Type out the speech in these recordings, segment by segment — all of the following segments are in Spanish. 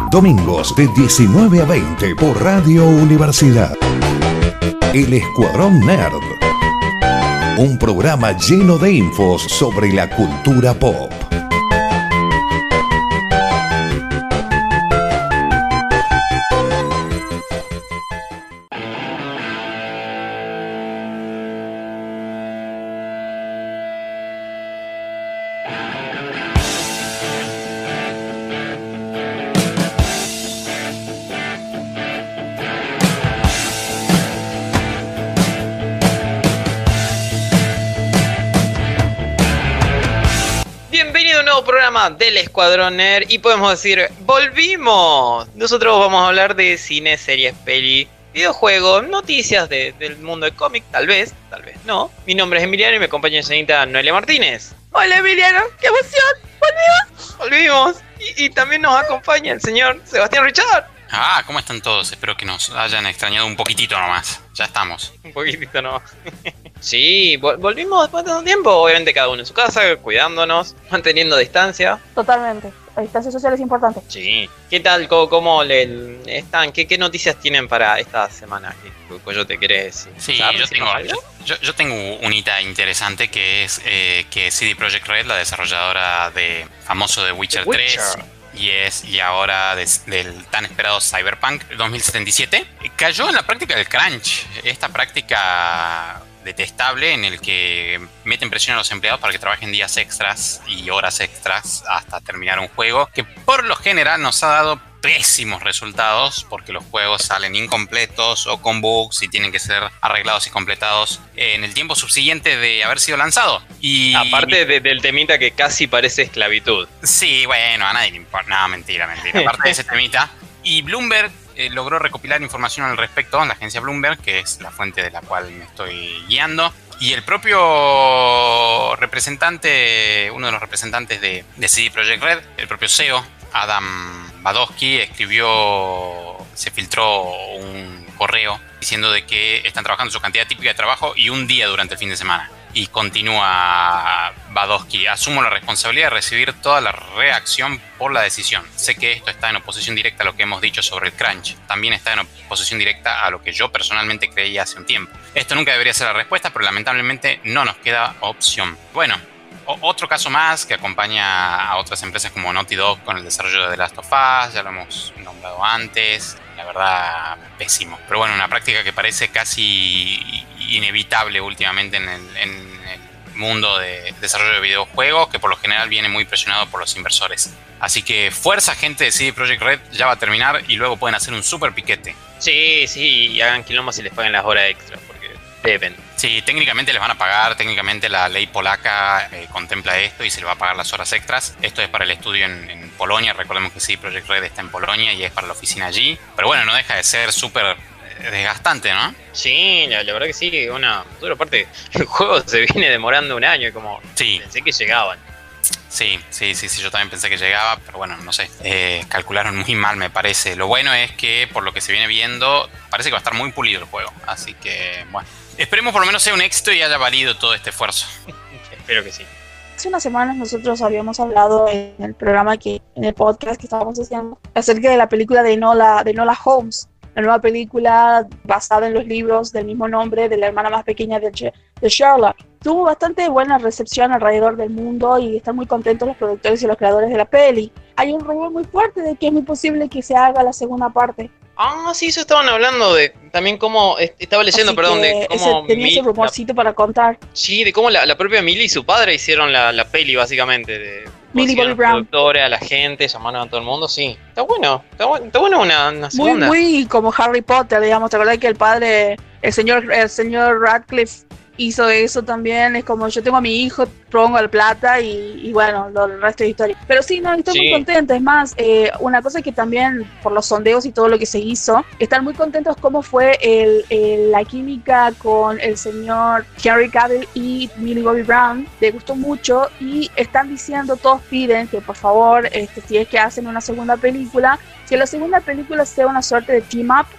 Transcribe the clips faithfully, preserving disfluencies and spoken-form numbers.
Domingos de diecinueve a veinte por Radio Universidad. El Escuadrón Nerd. Un programa lleno de infos sobre la cultura pop. Del Escuadrón Nerd, y podemos decir, ¡volvimos! Nosotros vamos a hablar de cine, series, peli, videojuegos, noticias de, del mundo del cómic, tal vez, tal vez no. Mi nombre es Emiliano y me acompaña la señorita Noelia Martínez. Hola Emiliano, ¡qué emoción! ¡Volvimos! ¡Volvimos! Y, y también nos acompaña el señor Sebastián Richard. Ah, ¿cómo están todos? Espero que nos hayan extrañado un poquitito nomás. Ya estamos. Un poquitito nomás. Sí, volvimos después de un tiempo, obviamente cada uno en su casa, cuidándonos, manteniendo distancia. Totalmente, la distancia social es importante. Sí. ¿Qué tal? ¿Cómo, cómo le están? ¿Qué, ¿Qué noticias tienen para esta semana? ¿Qué Coyote quiere decir? Sí, yo tengo, yo, yo, yo tengo un hito interesante que es eh, que C D Projekt Red, la desarrolladora de famoso de Witcher, The Witcher. tres... Y es y ahora de, del tan esperado Cyberpunk dos mil setenta y siete, cayó en la práctica del crunch, esta práctica detestable en el que meten presión a los empleados para que trabajen días extras y horas extras hasta terminar un juego, que por lo general nos ha dado pésimos resultados porque los juegos salen incompletos o con bugs y tienen que ser arreglados y completados en el tiempo subsiguiente de haber sido lanzado. Y aparte de, del temita que casi parece esclavitud. Sí, bueno, a nadie le importa. No, mentira, mentira. Aparte de ese temita. Y Bloomberg eh, logró recopilar información al respecto, la agencia Bloomberg, que es la fuente de la cual me estoy guiando. Y el propio representante, uno de los representantes de, de C D Projekt Red, el propio C E O, Adam Badowski, escribió, se filtró un correo diciendo de que están trabajando su cantidad típica de trabajo y un día durante el fin de semana. Y continúa Badowski: asumo la responsabilidad de recibir toda la reacción por la decisión. Sé que esto está en oposición directa a lo que hemos dicho sobre el crunch. También está en oposición directa a lo que yo personalmente creía hace un tiempo. Esto nunca debería ser la respuesta, pero lamentablemente no nos queda opción. Bueno, otro caso más que acompaña a otras empresas como Naughty Dog con el desarrollo de The Last of Us, ya lo hemos nombrado antes, la verdad pésimo. Pero bueno, una práctica que parece casi inevitable últimamente en el, en el mundo de desarrollo de videojuegos, que por lo general viene muy presionado por los inversores. Así que fuerza, gente de C D Projekt Red, ya va a terminar y luego pueden hacer un super piquete. Sí, sí, y hagan quilombo si les paguen las horas extras, porque deben. Sí, técnicamente les van a pagar, técnicamente la ley polaca eh, contempla esto y se les va a pagar las horas extras. Esto es para el estudio en, en Polonia, recordemos que C D Projekt Red está en Polonia y es para la oficina allí. Pero bueno, no deja de ser súper eh, desgastante, ¿no? Sí, la, la verdad que sí, una dura parte. El juego se viene demorando un año, como sí. Pensé que llegaban. Sí, sí, sí, sí, yo también pensé que llegaba, pero bueno, no sé, eh, calcularon muy mal me parece. Lo bueno es que por lo que se viene viendo, parece que va a estar muy pulido el juego, así que bueno, esperemos por lo menos sea un éxito y haya valido todo este esfuerzo. Espero que sí. Hace unas semanas nosotros habíamos hablado en el programa, que en el podcast que estábamos haciendo, acerca de la película de Enola, de Enola Holmes, la nueva película basada en los libros del mismo nombre de la hermana más pequeña de, de Sherlock. Tuvo bastante buena recepción alrededor del mundo y están muy contentos los productores y los creadores de la peli. Hay un rumor muy fuerte de que es muy posible que se haga la segunda parte. Ah, sí, eso estaban hablando de también cómo, estaba leyendo, Así perdón, de cómo... Ese, tenía Mil, ese rumorcito la, para contar. Sí, de cómo la, la propia Millie y su padre hicieron la, la peli, básicamente. De, Millie Bobby Brown. Productores, a la gente, llamaron a todo el mundo, sí. Está bueno, está bueno, está bueno una, una segunda. Muy, muy como Harry Potter, digamos. ¿Te acordás que el padre, el señor, el señor Radcliffe hizo eso también? Es como, yo tengo a mi hijo, pongo el plata y, y bueno, lo, el resto de historia. Pero sí, no, estoy sí. muy contenta. Es más, eh, una cosa que también, por los sondeos y todo lo que se hizo, están muy contentos cómo fue el, el, la química con el señor Henry Cavill y Millie Bobby Brown. Les gustó mucho y están diciendo, todos piden que por favor, este, si es que hacen una segunda película, que la segunda película sea una suerte de team up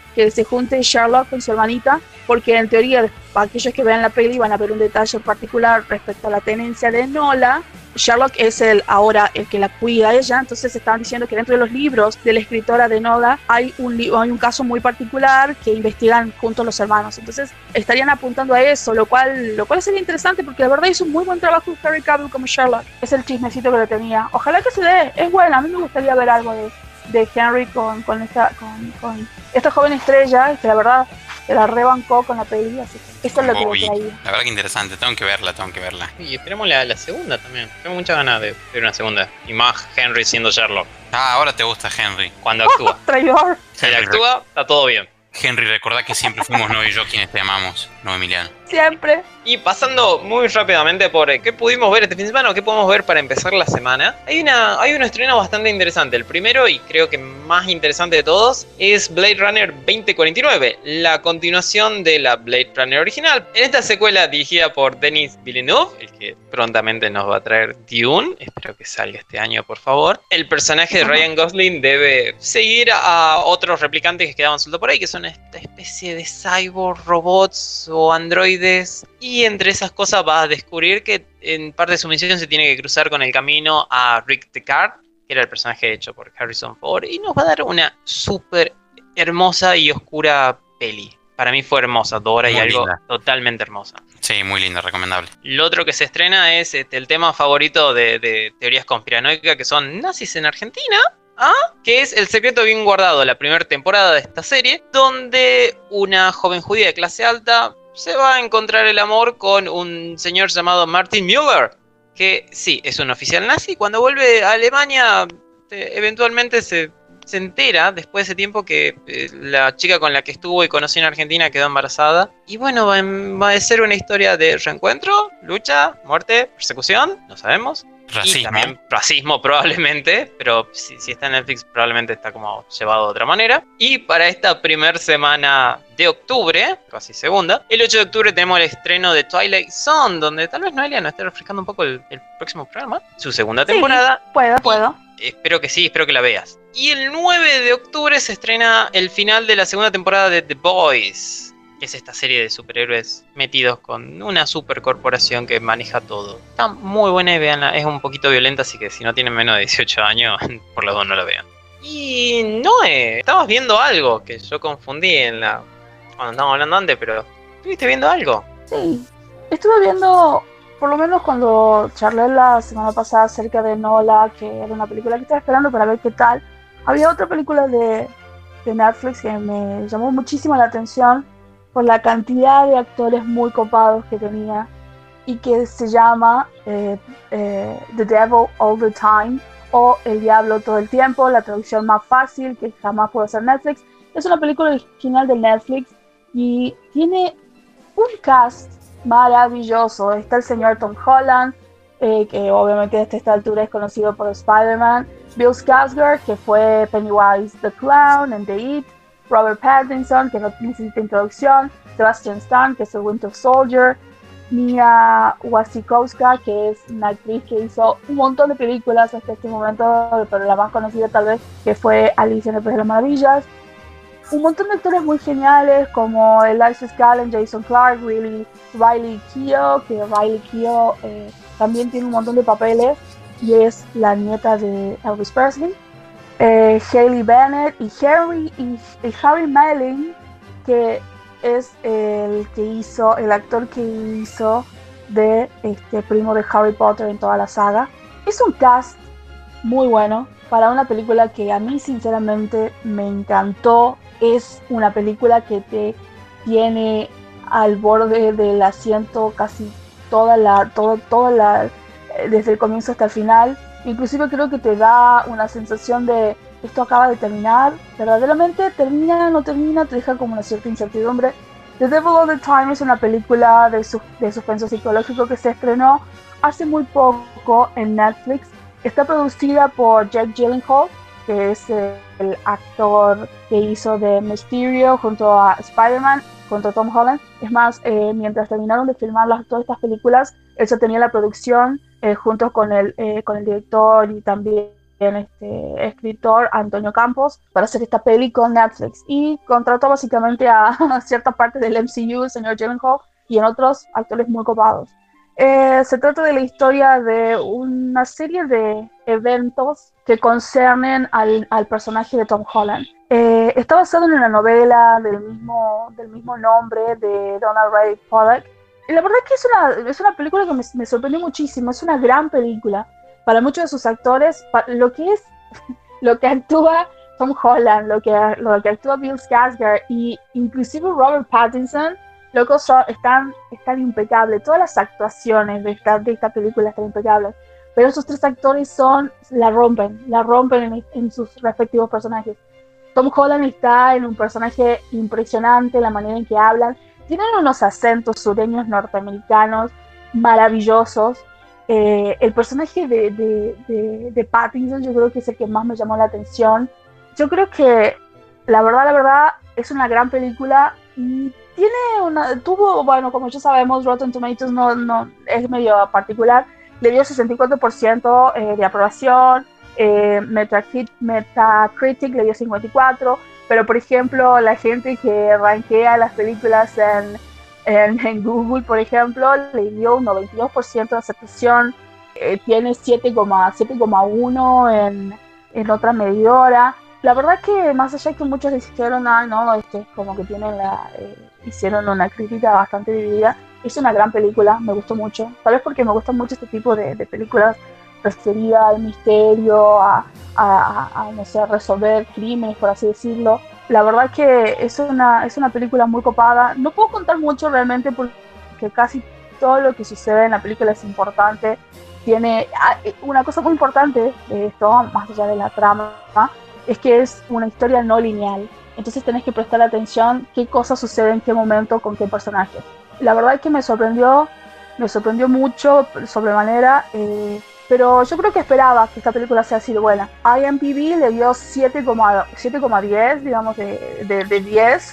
que se junte Sherlock con su hermanita, porque en teoría aquellos que vean la peli van a ver un detalle particular respecto a la tenencia de Enola. Sherlock es el ahora el que la cuida a ella, entonces estaban diciendo que dentro de los libros de la escritora de Enola hay un, hay un caso muy particular que investigan juntos los hermanos, entonces estarían apuntando a eso, lo cual, lo cual sería interesante porque la verdad hizo un muy buen trabajo Henry Cavill como Sherlock. Es el chismecito que le tenía, ojalá que se dé, es buena, a mí me gustaría ver algo de, de Henry con, con, esta, con, con esta joven estrella que la verdad se la rebancó con la peli, así que esto es lo que Uy, le traía. la verdad que interesante, tengo que verla, tengo que verla. Y esperemos la, la segunda también. Tengo muchas ganas de ver una segunda. Y más Henry siendo Sherlock. Ah, ahora te gusta Henry. Cuando actúa. Traidor. Si él actúa, está todo bien. Henry, recordá que siempre fuimos Noé y yo quienes te amamos, no Emiliano. Siempre. Y pasando muy rápidamente por eh, qué pudimos ver este fin de semana o qué podemos ver para empezar la semana, hay una hay un estreno bastante interesante. El primero, y creo que más interesante de todos, es Blade Runner veinte cuarenta y nueve, la continuación de la Blade Runner original. En esta secuela dirigida por Denis Villeneuve, el que prontamente nos va a traer Dune, espero que salga este año por favor, el personaje de Ryan Gosling debe seguir a otros replicantes que quedaban sueltos por ahí, que son esta especie de cyborg, robots o androides. Y entre esas cosas va a descubrir que en parte de su misión se tiene que cruzar con el camino a Rick Deckard, que era el personaje hecho por Harrison Ford, y nos va a dar una súper hermosa y oscura peli. Para mí fue hermosa, dos horas y algo totalmente hermosa. Sí, muy linda, recomendable. Lo otro que se estrena es este, el tema favorito de, de teorías conspiranoicas, que son nazis en Argentina. ¿Ah? Que es El secreto bien guardado, la primera temporada de esta serie, donde una joven judía de clase alta se va a encontrar el amor con un señor llamado Martin Müller, que sí, es un oficial nazi. Cuando vuelve a Alemania, eh, eventualmente se, se entera, después de ese tiempo, que eh, la chica con la que estuvo y conoció en Argentina quedó embarazada. Y bueno, va, va a ser una historia de reencuentro, lucha, muerte, persecución, no sabemos. Racismo. Y también racismo probablemente, pero si, si está en Netflix probablemente está como llevado de otra manera. Y para esta primera semana de octubre, casi segunda, el ocho de octubre tenemos el estreno de Twilight Zone, donde tal vez Noelia nos esté refrescando un poco el, el próximo programa, su segunda temporada. Sí, puedo, puedo. Espero que sí, espero que la veas. Y el nueve de octubre se estrena el final de la segunda temporada de The Boys, que es esta serie de superhéroes metidos con una supercorporación que maneja todo. Está muy buena y veanla, es un poquito violenta, así que si no tienen menos de dieciocho años, por los dos no la vean. Y Noé, estabas viendo algo que yo confundí en la cuando estábamos hablando antes, pero ¿estuviste viendo algo? Sí, estuve viendo, por lo menos cuando charlé la semana pasada acerca de Enola, que era una película que estaba esperando para ver qué tal. Había otra película de, de Netflix que me llamó muchísimo la atención por la cantidad de actores muy copados que tenía, y que se llama eh, eh, The Devil All the Time, o El Diablo Todo el Tiempo, la traducción más fácil que jamás pudo hacer Netflix. Es una película original de Netflix y tiene un cast maravilloso. Está el señor Tom Holland, eh, que obviamente a esta altura es conocido por Spider-Man, Bill Skarsgård, que fue Pennywise the Clown en The It, Robert Pattinson, que no necesita introducción, Sebastian Stan, que es el Winter Soldier, Mia Wasikowska, que es una actriz que hizo un montón de películas hasta este momento, pero la más conocida tal vez que fue Alicia en el País de las Maravillas. Un montón de actores muy geniales como Eliza Scanlen, Jason Clarke, Riley, Riley Keough, que Riley Keough eh, también tiene un montón de papeles y es la nieta de Elvis Presley. Eh, Haley Bennett y Harry, y, y Harry Melling, que es el que hizo, el actor que hizo de este primo de Harry Potter en toda la saga. Es un cast muy bueno para una película que a mí sinceramente me encantó. Es una película que te tiene al borde del asiento casi toda la, todo, toda la, desde el comienzo hasta el final. Inclusive creo que te da una sensación de esto acaba de terminar, verdaderamente termina, no termina, te deja como una cierta incertidumbre. The Devil All the Time es una película de, su, de suspenso psicológico que se estrenó hace muy poco en Netflix. Está producida por Jake Gyllenhaal, que es el actor que hizo de Mysterio junto a Spider-Man, junto a Tom Holland. Es más, eh, mientras terminaron de filmar las, todas estas películas, él se tenía la producción eh, junto con el, eh, con el director y también este escritor Antonio Campos para hacer esta peli con Netflix y contrató básicamente a, a cierta parte del M C U, el señor Gyllenhaal, y en otros actores muy copados. Eh, se trata de la historia de una serie de eventos que concernen al, al personaje de Tom Holland. Eh, está basado en una novela del mismo, del mismo nombre de Donald Ray Pollock. Y la verdad es que es una, es una película que me, me sorprendió muchísimo, es una gran película. Para muchos de sus actores, lo que es, lo que actúa Tom Holland, lo que, lo que actúa Bill Skarsgård y inclusive Robert Pattinson, locos son, están, están impecables. Todas las actuaciones de esta, de esta película están impecables. Pero esos tres actores son, la rompen, la rompen en, en sus respectivos personajes. Tom Holland está en un personaje impresionante, la manera en que hablan. Tienen unos acentos sureños norteamericanos maravillosos. Eh, el personaje de, de, de, de Pattinson yo creo que es el que más me llamó la atención. Yo creo que la verdad, la verdad es una gran película y tiene una, tuvo, bueno, como ya sabemos, Rotten Tomatoes no, no es medio particular, le dio sesenta y cuatro por ciento eh, de aprobación, eh, Metacritic, Metacritic le dio cincuenta y cuatro por ciento, pero por ejemplo la gente que rankea las películas en En, en Google, por ejemplo, le dio un noventa y dos por ciento de aceptación, eh, tiene siete coma uno en, en otra medidora. La verdad que más allá que muchos dijeron, ah, no, este, como que tienen la, eh, hicieron una crítica bastante dividida, es una gran película, me gustó mucho, tal vez porque me gusta mucho este tipo de, de películas referidas al misterio, a, a, a, a, no sé, resolver crímenes, por así decirlo. La verdad que es una, es una película muy copada. No puedo contar mucho realmente porque casi todo lo que sucede en la película es importante. Tiene una cosa muy importante de esto, más allá de la trama, es que es una historia no lineal. Entonces tenés que prestar atención qué cosas suceden en qué momento con qué personaje. La verdad es que me sorprendió, me sorprendió mucho sobremanera. Eh, Pero yo creo que esperaba que esta película sea así de buena. I M D B le dio siete coma diez, digamos, de, de, de diez.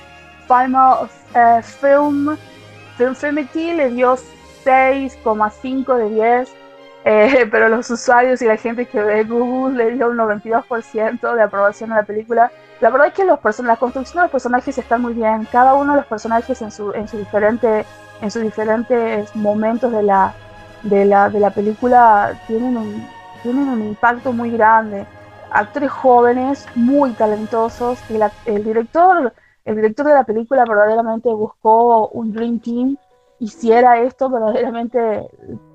Final uh, Film, Film Filmity le dio seis coma cinco de diez. Eh, pero los usuarios y la gente que ve Google le dio un noventa y dos por ciento de aprobación a la película. La verdad es que los person- la construcción de los personajes está muy bien. Cada uno de los personajes en, su, en, su diferente, en sus diferentes momentos de la... De la, de la película tienen un, tienen un impacto muy grande. Actores jóvenes, muy talentosos. Y la, el, director, el director de la película verdaderamente buscó un Dream Team. Hiciera esto, verdaderamente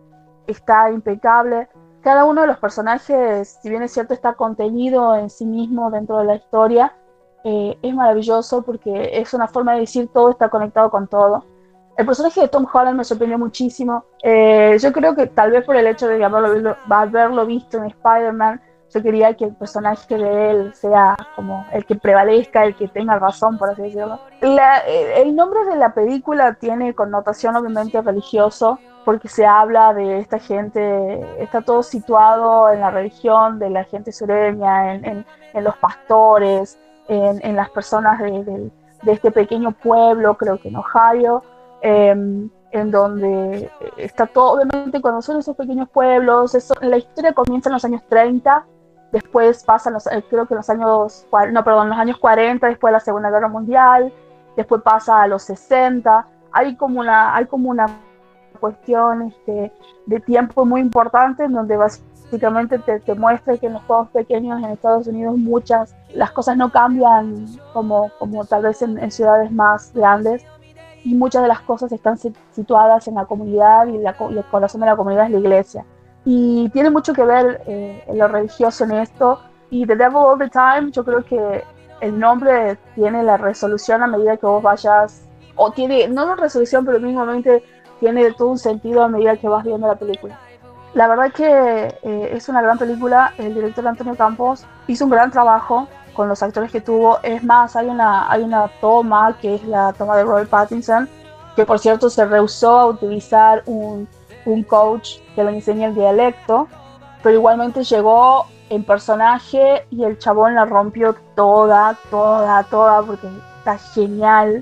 está impecable. Cada uno de los personajes, si bien es cierto, está contenido en sí mismo dentro de la historia, eh, es maravilloso porque es una forma de decir todo está conectado con todo. El personaje de Tom Holland me sorprendió muchísimo. Eh, yo creo que tal vez por el hecho de haberlo, haberlo visto en Spider-Man, yo quería que el personaje de él sea como el que prevalezca, el que tenga razón, por así decirlo. La, el nombre de la película tiene connotación obviamente religioso, porque se habla de esta gente, está todo situado en la religión de la gente sureña, en, en, en los pastores, en, en las personas de, de, de este pequeño pueblo, creo que en Ohio. Eh, en donde está todo, obviamente cuando son esos pequeños pueblos, eso, la historia comienza en los años treinta, después pasan los, creo que en los años, no, perdón, los años cuarenta, después de la Segunda Guerra Mundial, después pasa a los sesenta, hay como una, hay como una cuestión este, de tiempo muy importante en donde básicamente te, te muestra que en los pueblos pequeños en Estados Unidos muchas, las cosas no cambian como, como tal vez en, en ciudades más grandes, y muchas de las cosas están situadas en la comunidad y, la, y el corazón de la comunidad es la iglesia. Y tiene mucho que ver eh, lo religioso en esto. Y The Devil All the Time, yo creo que el nombre tiene la resolución a medida que vos vayas, o tiene, no la resolución, pero mínimamente tiene todo un sentido a medida que vas viendo la película. La verdad que eh, es una gran película. El director Antonio Campos hizo un gran trabajo con los actores que tuvo. Es más, hay una, hay una toma que es la toma de Robert Pattinson, que por cierto se rehusó a utilizar un, un coach que le enseñe el dialecto, pero igualmente llegó en personaje y el chabón la rompió toda, toda, toda, porque está genial.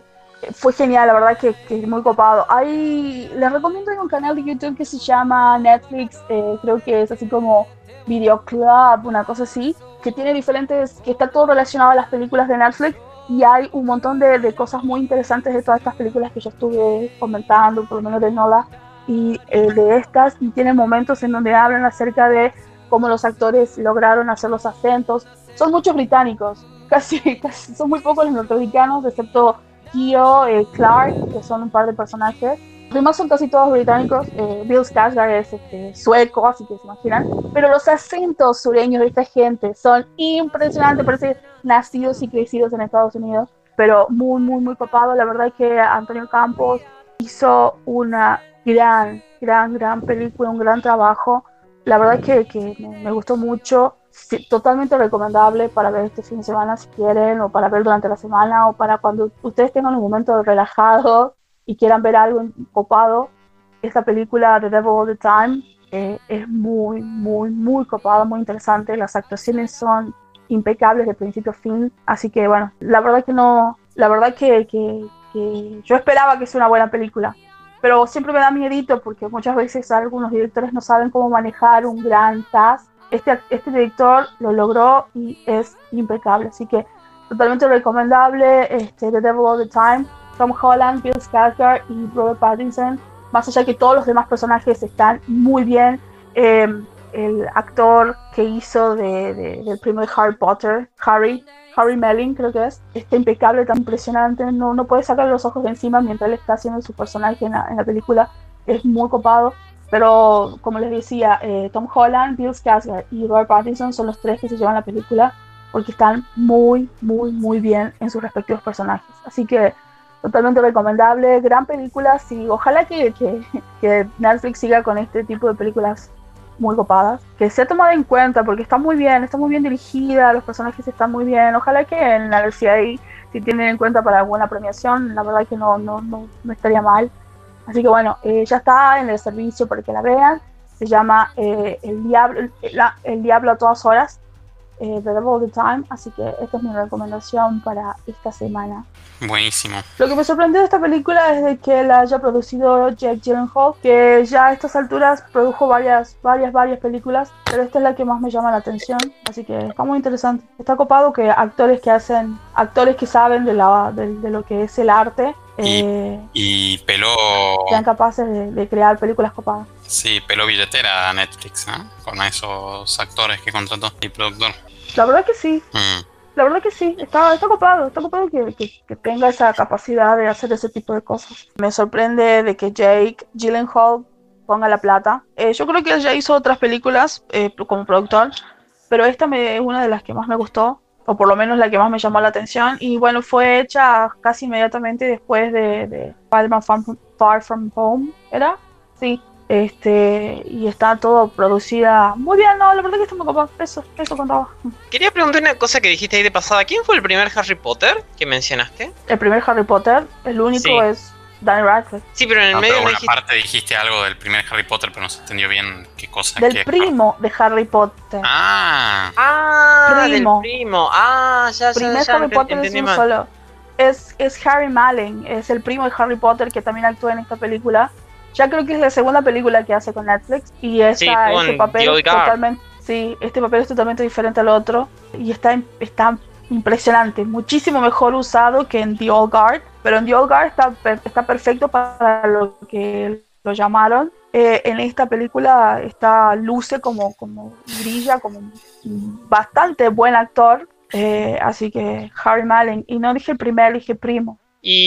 fue genial, la verdad que, que muy copado. Hay, les recomiendo un canal de YouTube que se llama Netflix, eh, creo que es así como Video Club, una cosa así, que tiene diferentes, que está todo relacionado a las películas de Netflix, y hay un montón de, de cosas muy interesantes de todas estas películas que yo estuve comentando, por lo menos de Nola, y eh, de estas, y tienen momentos en donde hablan acerca de cómo los actores lograron hacer los acentos. Son muchos británicos, casi, casi son muy pocos los norteamericanos, excepto Kyo, eh, Clark, que son un par de personajes. Los demás son casi todos británicos. eh, Bill Skarsgård es este, sueco, así que se imaginan. Pero los acentos sureños de esta gente son impresionantes, parece nacidos y crecidos en Estados Unidos, pero muy, muy, muy copado. La verdad es que Antonio Campos hizo una gran, gran, gran película, un gran trabajo. La verdad es que, que me, me gustó mucho. Sí, totalmente recomendable para ver este fin de semana si quieren, o para ver durante la semana, o para cuando ustedes tengan un momento relajado y quieran ver algo copado. Esta película The Devil All the Time eh, es muy, muy, muy copada, muy interesante. Las actuaciones son impecables de principio a fin, así que bueno, la verdad que no, la verdad que, que, que yo esperaba que sea una buena película, pero siempre me da miedito porque muchas veces algunos directores no saben cómo manejar un gran cast. Este, este director lo logró y es impecable, así que totalmente recomendable. este, The Devil All the Time, Tom Holland, Bill Skarsgård y Robert Pattinson, más allá de que todos los demás personajes están muy bien. eh, el actor que hizo de, de, del primo de Harry Potter, Harry Harry Melling creo que es, está impecable, tan impresionante, no, no puede sacar los ojos de encima mientras él está haciendo su personaje en la, en la película, es muy copado. Pero como les decía, eh, Tom Holland, Bill Skarsgård y Robert Pattinson son los tres que se llevan la película porque están muy, muy, muy bien en sus respectivos personajes. Así que totalmente recomendable, gran película. Sí, ojalá que, que, que Netflix siga con este tipo de películas muy copadas, que sea tomada en cuenta porque está muy bien, está muy bien dirigida, los personajes están muy bien. Ojalá que en la C I A, si tienen en cuenta para alguna premiación, la verdad que no, no, no, no estaría mal. Así que bueno, eh, ya está en el servicio para que la vean. Se llama eh, el, Diablo, la, el Diablo a todas horas, eh, The Devil All the Time. Así que esta es mi recomendación para esta semana. Buenísimo. Lo que me sorprendió de esta película es de que la haya producido Jake Gyllenhaal, que ya a estas alturas produjo varias, varias, varias películas, pero esta es la que más me llama la atención. Así que está muy interesante. Está copado que actores que hacen, actores que saben de, la, de, de lo que es el arte, Y, eh, y peló. sean capaces de, de crear películas copadas. Sí, peló billetera a Netflix, ¿eh? Con esos actores que contrató y productor. La verdad que sí. Mm. La verdad que sí, está, está copado, está copado que, que, que tenga esa capacidad de hacer ese tipo de cosas. Me sorprende de que Jake Gyllenhaal ponga la plata. Eh, yo creo que él ya hizo otras películas eh, como productor, pero esta me, es una de las que más me gustó, o por lo menos la que más me llamó la atención. Y bueno, fue hecha casi inmediatamente después de, de Spider-Man Far, Far From Home, ¿era? Sí. Este, y está todo producida muy bien, no, la verdad que está muy copado, eso, eso contaba. Quería preguntar una cosa que dijiste ahí de pasada. ¿Quién fue el primer Harry Potter que mencionaste? El primer Harry Potter, el único Sí. es Daniel Radcliffe. Sí, pero en el No, medio pero no una dijiste... parte dijiste algo del primer Harry Potter, pero no se entendió bien qué cosa. Del qué- primo de Harry Potter. Ah, Ah, Primo. del primo. Ah, ya, ya, primer ya, Harry ent- Potter es entendí un mal. solo. Es, es Harry Mallin, es el primo de Harry Potter que también actúa en esta película. Ya creo que es la segunda película que hace con Netflix. Y esa, Sí, con este papel The Old es Guard. totalmente, sí, este papel es totalmente diferente al otro. Y está, está impresionante, muchísimo mejor usado que en The Old Guard. Pero en The Old Guard está, per- está perfecto para lo que lo llamaron. Eh, en esta película está luce como, como brilla, como un bastante buen actor. Eh, así que Harry Mallin. Y no dije el primer, dije primo.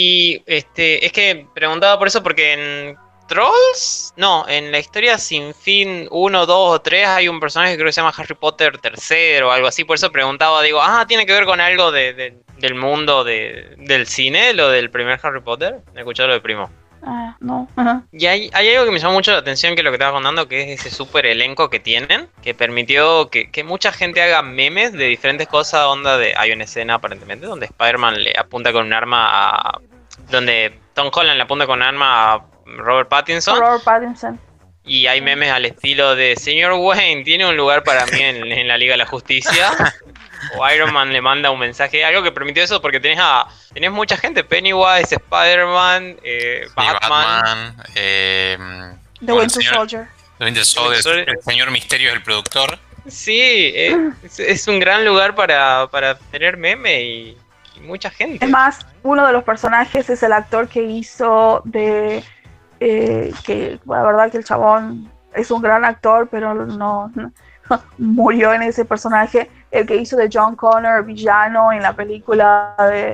Y este, es que preguntaba por eso porque en Trolls, no, en la historia Sin Fin uno, dos o tres hay un personaje que creo que se llama Harry Potter tercero o algo así, por eso preguntaba, digo, ah, ¿tiene que ver con algo de, de- del mundo de, del cine, lo del primer Harry Potter? Me escuchado lo de primo. Ah, no. Ajá. Y hay, hay algo que me llamó mucho la atención, que es lo que estaba contando, que es ese súper elenco que tienen, que permitió que, que mucha gente haga memes de diferentes cosas, onda de... Hay una escena aparentemente donde Spider-Man le apunta con un arma a... Donde Tom Holland le apunta con un arma a Robert Pattinson, Robert Pattinson. y hay memes al estilo de: señor Wayne, ¿tiene un lugar para mí en, en la Liga de la Justicia? o Iron Man le manda un mensaje, algo que permitió eso porque tenés a tenés mucha gente, Pennywise, Spider-Man, eh, Sí, Batman. Batman, eh, The bueno, el Winter señor- Soldier. The Winter Soldier, Soldier. el señor Misterio es el productor. Sí, eh, es, es un gran lugar para, para tener meme y, y mucha gente. Es más, uno de los personajes es el actor que hizo de... eh, que la verdad que el chabón es un gran actor, pero no, no murió en ese personaje. El que hizo de John Connor, villano en la película de,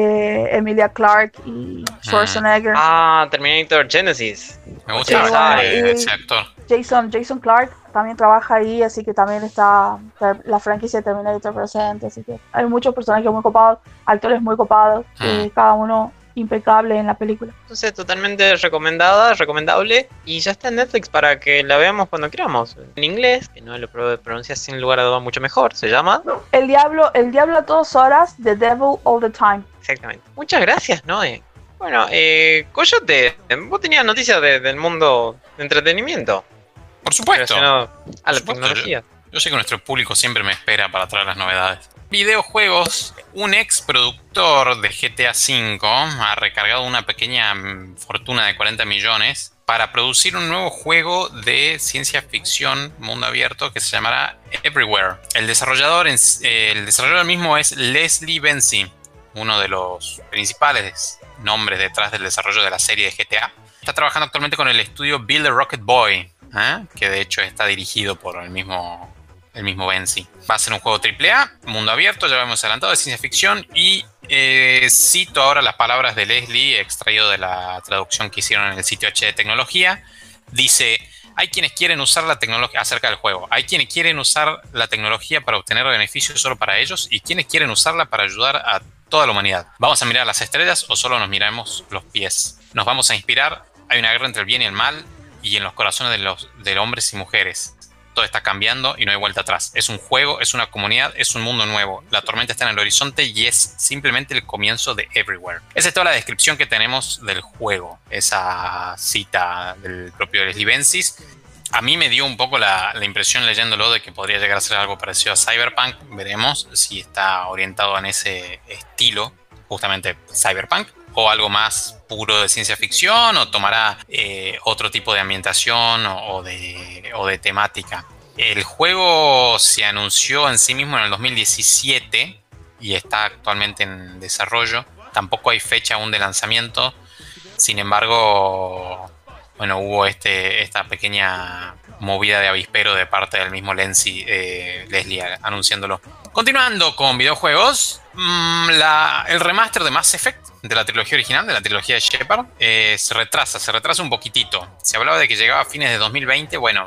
de Emilia Clarke y Schwarzenegger. Ah, Terminator Genesis. Me gusta Sí, bastante bueno, y- ese actor. Jason, Jason Clarke también trabaja ahí, así que también está la franquicia de Terminator presente, así que hay muchos personajes muy copados, actores muy copados, eh, cada uno impecable en la película. Entonces, totalmente recomendada, recomendable. Y ya está en Netflix para que la veamos cuando queramos. En inglés, que no lo pro- pronuncias sin lugar a duda mucho mejor. Se llama. El diablo, el diablo a todas horas, The Devil All the Time. Exactamente. Muchas gracias, Noé. Bueno, eh, Coyote, vos tenías noticias de- del mundo de entretenimiento Por supuesto. relacionado a la Por supuesto, tecnología. Yo sé que nuestro público siempre me espera para traer las novedades. Videojuegos. Un ex productor de G T A cinco ha recargado una pequeña mm, fortuna de cuarenta millones para producir un nuevo juego de ciencia ficción mundo abierto que se llamará Everywhere. El desarrollador, en, eh, el desarrollador mismo es Leslie Benzi, uno de los principales nombres detrás del desarrollo de la serie de G T A. Está trabajando actualmente con el estudio Build a Rocket Boy, ¿eh? Que de hecho está dirigido por el mismo, el mismo Benzi. Va a ser un juego triple A, mundo abierto, ya lo hemos adelantado, de ciencia ficción. Y eh, cito ahora las palabras de Leslie, extraído de la traducción que hicieron en el sitio H de Tecnología. Dice: hay quienes quieren usar la tecnología acerca del juego. Hay quienes quieren usar la tecnología para obtener beneficios solo para ellos y quienes quieren usarla para ayudar a toda la humanidad. ¿Vamos a mirar las estrellas o solo nos miramos los pies? ¿Nos vamos a inspirar? Hay una guerra entre el bien y el mal y en los corazones de los de hombres y mujeres. Todo está cambiando y no hay vuelta atrás. Es un juego, es una comunidad, es un mundo nuevo. La tormenta está en el horizonte y es simplemente el comienzo de Everywhere. Esa es toda la descripción que tenemos del juego. Esa cita del propio Leslie Benzi. A mí me dio un poco la, la impresión leyéndolo de que podría llegar a ser algo parecido a Cyberpunk. Veremos si está orientado en ese estilo, justamente Cyberpunk, o algo más puro de ciencia ficción, o tomará eh, otro tipo de ambientación o, o, de, o de temática. El juego se anunció en sí mismo en el dos mil diecisiete y está actualmente en desarrollo. Tampoco hay fecha aún de lanzamiento. Sin embargo, bueno, hubo este, esta pequeña movida de avispero de parte del mismo Lenzi, eh, Leslie anunciándolo. Continuando con videojuegos, mmm, la, el remaster de Mass Effect de la trilogía original, de la trilogía de Shepard, eh, se retrasa, se retrasa un poquitito. Se hablaba de que llegaba a fines de dos mil veinte, bueno,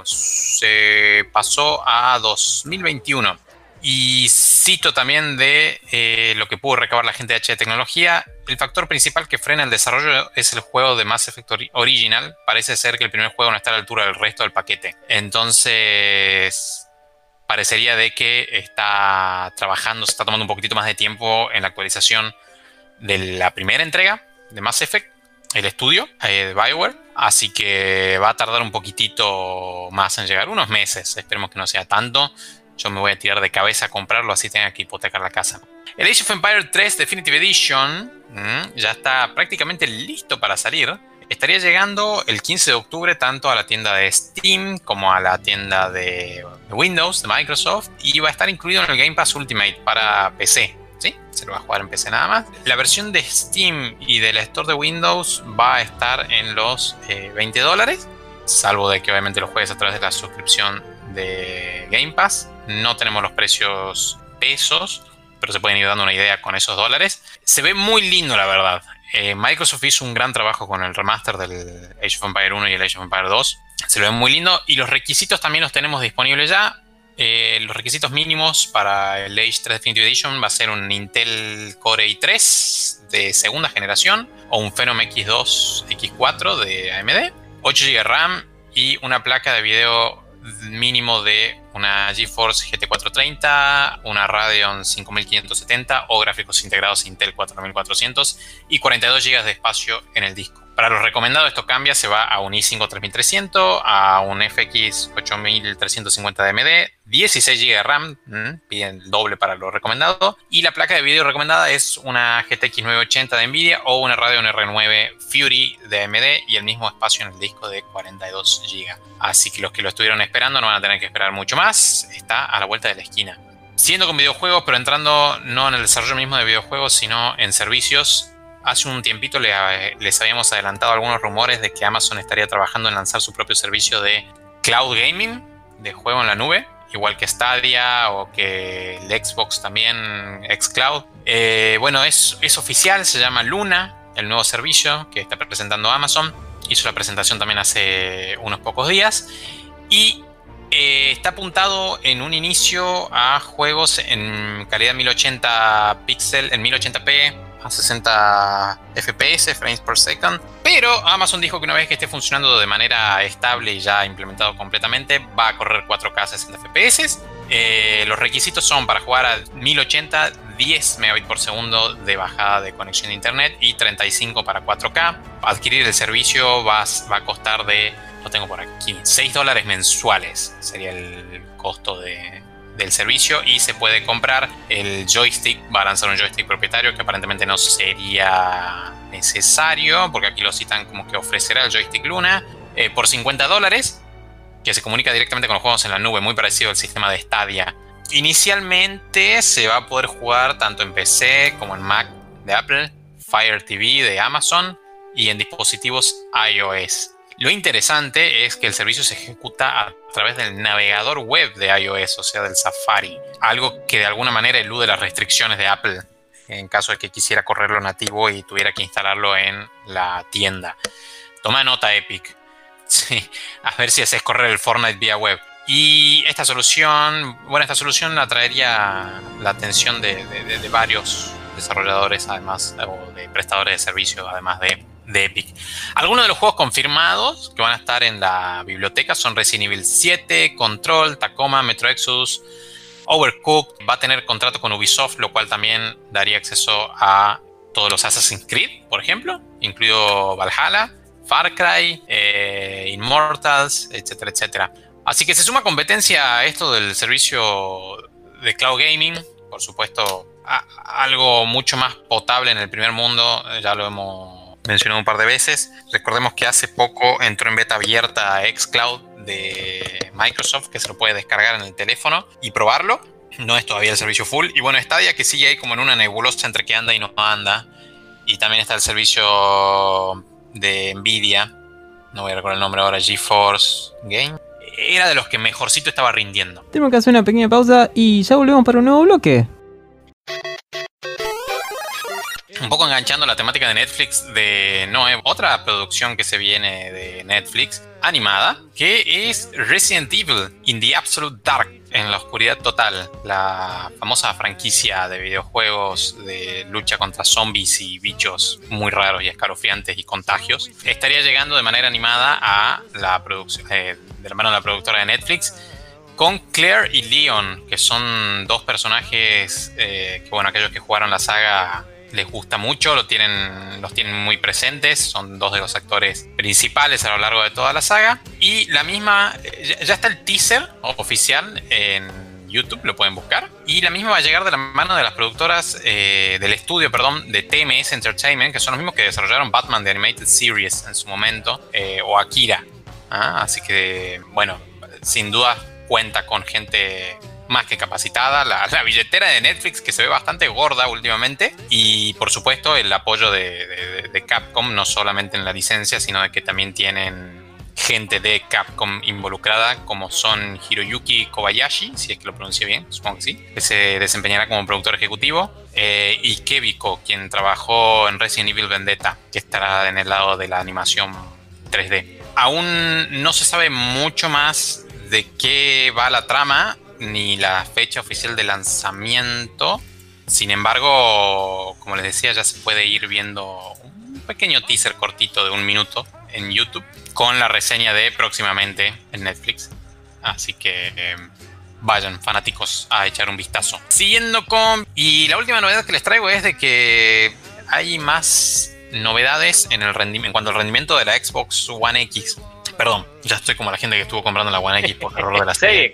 se pasó a dos mil veintiuno. Y cito también de eh, lo que pudo recabar la gente de H de Tecnología: el factor principal que frena el desarrollo es el juego de Mass Effect Original. Parece ser que el primer juego no está a la altura del resto del paquete. Entonces, parecería de que está trabajando, se está tomando un poquitito más de tiempo en la actualización de la primera entrega de Mass Effect, el estudio eh, de BioWare. Así que va a tardar un poquitito más en llegar, unos meses. Esperemos que no sea tanto. Yo me voy a tirar de cabeza a comprarlo, así tenga que hipotecar la casa. El Age of Empires tres Definitive Edition mmm, ya está prácticamente listo para salir. Estaría llegando el quince de octubre tanto a la tienda de Steam como a la tienda de Windows de Microsoft, y va a estar incluido en el Game Pass Ultimate para P C. ¿Sí? Se lo va a jugar en P C nada más. La versión de Steam y del Store de Windows va a estar en los eh, veinte dólares, salvo de que obviamente lo juegues a través de la suscripción de Game Pass. No tenemos los precios pesos, pero se pueden ir dando una idea con esos dólares. Se ve muy lindo, la verdad. Eh, Microsoft hizo un gran trabajo con el remaster del Age of Empires uno y el Age of Empires dos. Se lo ve muy lindo y los requisitos también los tenemos disponibles ya. Eh, los requisitos mínimos para el Age tres Definitive Edition va a ser un Intel Core i tres de segunda generación o un Phenom X dos X cuatro de A M D, ocho gigas de RAM y una placa de video mínimo de una GeForce G T cuatrocientos treinta, una Radeon cinco mil quinientos setenta o gráficos integrados Intel cuatro mil cuatrocientos y cuarenta y dos gigas de espacio en el disco. Para los recomendados esto cambia, se va a un i cinco tres mil trescientos, a un F X ocho mil trescientos cincuenta de A M D, dieciséis gigas de RAM, mmm, piden el doble para lo recomendado, y la placa de video recomendada es una G T X novecientos ochenta de Nvidia o una Radeon R nueve Fury de A M D y el mismo espacio en el disco de cuarenta y dos gigas. Así que los que lo estuvieron esperando no van a tener que esperar mucho más, está a la vuelta de la esquina. Siguiendo con videojuegos, pero entrando no en el desarrollo mismo de videojuegos, sino en servicios. Hace un tiempito les habíamos adelantado algunos rumores de que Amazon estaría trabajando en lanzar su propio servicio de cloud gaming, de juego en la nube, igual que Stadia o que el Xbox también, xCloud. Eh, bueno, es, es oficial, se llama Luna, el nuevo servicio que está presentando Amazon. Hizo la presentación también hace unos pocos días y eh, está apuntado en un inicio a juegos en calidad mil ochenta píxeles, en mil ochenta p, a sesenta F P S, frames per second, pero Amazon dijo que una vez que esté funcionando de manera estable y ya implementado completamente, va a correr cuatro K a sesenta F P S. Eh, los requisitos son para jugar a mil ochenta, diez megabits por segundo de bajada de conexión a internet y treinta y cinco para cuatro K. Adquirir el servicio va, va a costar de, lo tengo por aquí, seis dólares mensuales sería el costo de... del servicio, y se puede comprar el joystick. Va a lanzar un joystick propietario que aparentemente no sería necesario, porque aquí lo citan como que ofrecerá el joystick Luna eh, por cincuenta dólares, que se comunica directamente con los juegos en la nube, muy parecido al sistema de Stadia. Inicialmente se va a poder jugar tanto en P C como en Mac de Apple, Fire T V de Amazon y en dispositivos iOS. Lo interesante es que el servicio se ejecuta a través del navegador web de iOS, o sea, del Safari. Algo que de alguna manera elude las restricciones de Apple en caso de que quisiera correrlo nativo y tuviera que instalarlo en la tienda. Toma nota, Epic. Sí, a ver si haces correr el Fortnite vía web. Y esta solución, bueno, esta solución atraería la atención de, de, de varios desarrolladores, además, o de prestadores de servicios, además de... de Epic. Algunos de los juegos confirmados que van a estar en la biblioteca son Resident Evil siete, Control, Tacoma, Metro Exodus, Overcooked. Va a tener contrato con Ubisoft, lo cual también daría acceso a todos los Assassin's Creed, por ejemplo, incluido Valhalla, Far Cry, eh, Immortals, etcétera, etcétera. Así que se suma competencia a esto del servicio de cloud gaming, por supuesto, a, a algo mucho más potable en el primer mundo. Ya lo hemos mencionado un par de veces. Recordemos que hace poco entró en beta abierta xCloud de Microsoft, que se lo puede descargar en el teléfono y probarlo. No es todavía el servicio full. Y bueno, Stadia, que sigue ahí como en una nebulosa entre que anda y no anda. Y también está el servicio de Nvidia, no voy a recordar el nombre ahora, GeForce Game. Era de los que mejorcito estaba rindiendo. Tenemos que hacer una pequeña pausa y ya volvemos para un nuevo bloque. Un poco enganchando la temática de Netflix de Noé, otra producción que se viene de Netflix, animada, que es Resident Evil in the Absolute Dark, en la oscuridad total, la famosa franquicia de videojuegos de lucha contra zombies y bichos muy raros y escalofriantes y contagios. Estaría llegando de manera animada a la producción, eh, de la mano de la productora de Netflix, con Claire y Leon, que son dos personajes eh, que, bueno, aquellos que jugaron la saga les gusta mucho, lo tienen, los tienen muy presentes, son dos de los actores principales a lo largo de toda la saga. Y la misma, ya está el teaser oficial en YouTube, lo pueden buscar. Y la misma va a llegar de la mano de las productoras, eh, del estudio, perdón, de T M S Entertainment, que son los mismos que desarrollaron Batman The Animated Series en su momento, eh, o Akira. ¿Ah? Así que, bueno, sin duda cuenta con gente más que capacitada, la, la billetera de Netflix, que se ve bastante gorda últimamente, y por supuesto el apoyo de, de, de Capcom, no solamente en la licencia, sino de que también tienen gente de Capcom involucrada, como son Hiroyuki Kobayashi, si es que lo pronuncié bien, supongo que sí, que se desempeñará como productor ejecutivo, eh, y Keviko, quien trabajó en Resident Evil Vendetta, que estará en el lado de la animación tres D. Aún no se sabe mucho más de qué va la trama, ni la fecha oficial de lanzamiento. Sin embargo, como les decía, ya se puede ir viendo un pequeño teaser cortito de un minuto en YouTube con la reseña de próximamente en Netflix. Así que eh, vayan, fanáticos, a echar un vistazo. Siguiendo con... Y la última novedad que les traigo es de que hay más novedades en, el rendi- en cuanto al rendimiento de la Xbox One X. Perdón, ya estoy como la gente que estuvo comprando la One X por error de la serie.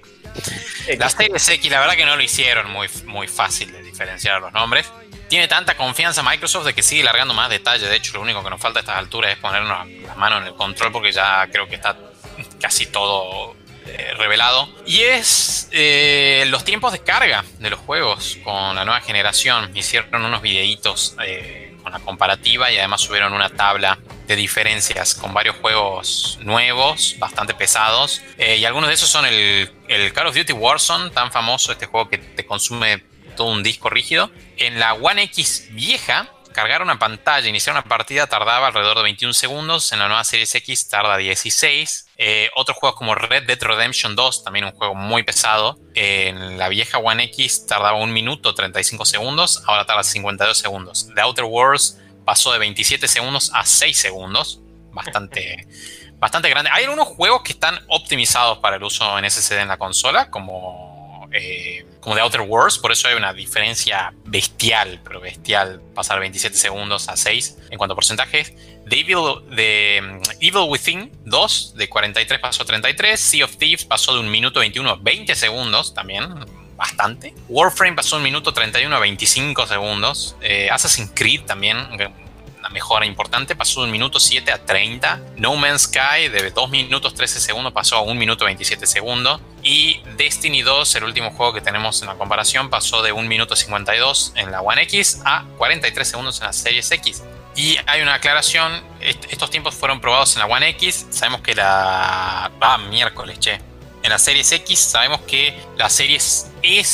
La Series X, la verdad que no lo hicieron muy, muy fácil de diferenciar los nombres. Tiene tanta confianza Microsoft de que sigue largando más detalle. De hecho, lo único que nos falta a estas alturas es ponernos las manos en el control, porque ya creo que está casi todo eh, revelado. Y es eh, los tiempos de carga de los juegos con la nueva generación. Hicieron unos videitos eh, con la comparativa y además subieron una tabla de diferencias con varios juegos nuevos, bastante pesados. Eh, y algunos de esos son el, el Call of Duty Warzone, tan famoso, este juego que te consume todo un disco rígido. En la One X vieja, cargar una pantalla, iniciar una partida tardaba alrededor de veintiún segundos. En la nueva Series X tarda dieciséis. Eh, otros juegos como Red Dead Redemption dos, también un juego muy pesado. En la vieja One X tardaba un minuto treinta y cinco segundos. Ahora tarda cincuenta y dos segundos. The Outer Worlds pasó de veintisiete segundos a seis segundos. Bastante, bastante grande. Hay algunos juegos que están optimizados para el uso en S S D en la consola, como... Eh, como The Outer Worlds, por eso hay una diferencia bestial, pero bestial, pasar veintisiete segundos a seis en cuanto a porcentajes. The Evil, de um, Evil Within dos, de cuarenta y tres pasó a treinta y tres. Sea of Thieves pasó de un minuto veintiuno a veinte segundos, también bastante. Warframe pasó de un minuto treinta y uno a veinticinco segundos. Eh, Assassin's Creed también, una mejora importante, pasó de un minuto siete a treinta. No Man's Sky de dos minutos trece segundos pasó a un minuto veintisiete segundos. Y Destiny dos, el último juego que tenemos en la comparación, pasó de un minuto cincuenta y dos en la One X a cuarenta y tres segundos en la Series X. Y hay una aclaración, est- estos tiempos fueron probados en la One X. Sabemos que la... Ah, miércoles, che. En la Series X sabemos que la Series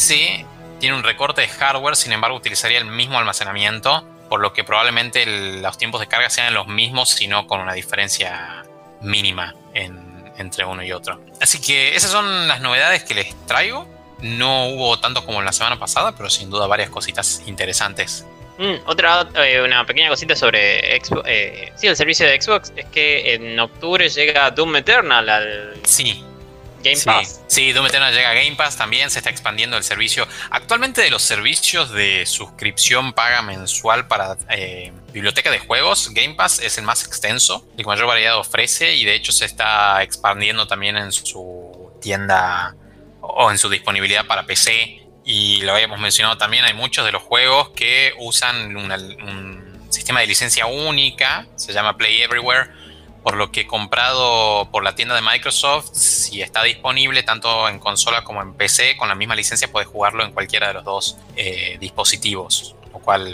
S tiene un recorte de hardware, sin embargo utilizaría el mismo almacenamiento, por lo que probablemente el, los tiempos de carga sean los mismos, sino con una diferencia mínima en, entre uno y otro. Así que esas son las novedades que les traigo. No hubo tanto como la semana pasada, pero sin duda varias cositas interesantes. Mm, otra, eh, una pequeña cosita sobre Xbox, eh, sí, el servicio de Xbox es que en octubre llega Doom Eternal al Sí. Game Sí, Pass. sí, Doom Eternal llega a Game Pass también, se está expandiendo el servicio. Actualmente de los servicios de suscripción paga mensual para eh, biblioteca de juegos, Game Pass es el más extenso, el que mayor variedad ofrece y de hecho se está expandiendo también en su tienda o en su disponibilidad para P C. Y lo habíamos mencionado también, hay muchos de los juegos que usan una, un sistema de licencia única, se llama Play Everywhere, por lo que comprado por la tienda de Microsoft, si está disponible tanto en consola como en P C, con la misma licencia puedes jugarlo en cualquiera de los dos eh, dispositivos, lo cual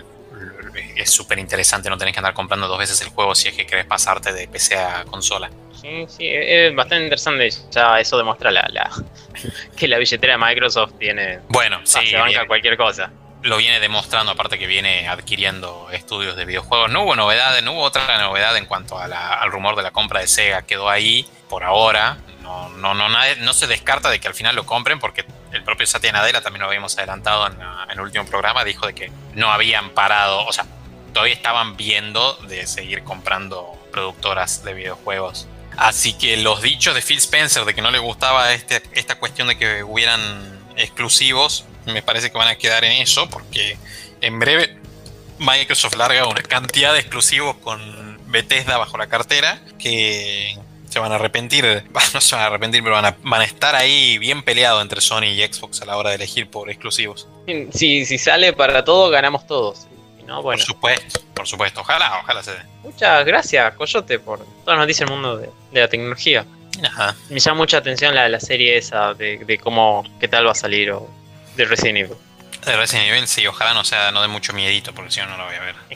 es súper interesante, no tenés que andar comprando dos veces el juego si es que querés pasarte de P C a consola. Sí, sí, es bastante interesante. Ya eso demuestra la, la que la billetera de Microsoft tiene. Bueno, sí, se banca bien. cualquier cosa. Lo viene demostrando, aparte que viene adquiriendo estudios de videojuegos. No hubo novedades, no hubo otra novedad en cuanto a la, al rumor de la compra de Sega. Quedó ahí por ahora. No, no, no, nadie, no se descarta de que al final lo compren, porque el propio Satya Nadella, también lo habíamos adelantado en, la, en el último programa, dijo de que no habían parado, o sea, todavía estaban viendo de seguir comprando productoras de videojuegos. Así que los dichos de Phil Spencer de que no le gustaba este, esta cuestión de que hubieran exclusivos, me parece que van a quedar en eso, porque en breve Microsoft larga una cantidad de exclusivos con Bethesda bajo la cartera que se van a arrepentir, no se van a arrepentir, pero van a, van a estar ahí bien peleados entre Sony y Xbox a la hora de elegir por exclusivos. Si, si sale para todo, ganamos todos. Si no, bueno. Por supuesto, por supuesto, ojalá, ojalá se dé. Muchas gracias, Coyote, por todas las noticias del mundo de, de la tecnología. Ajá. Me llama mucha atención la, la serie esa de, de cómo, qué tal va a salir, o de Resident Evil. De Resident Evil, sí, ojalá no sea, no dé mucho miedito, porque si no, no lo voy a ver.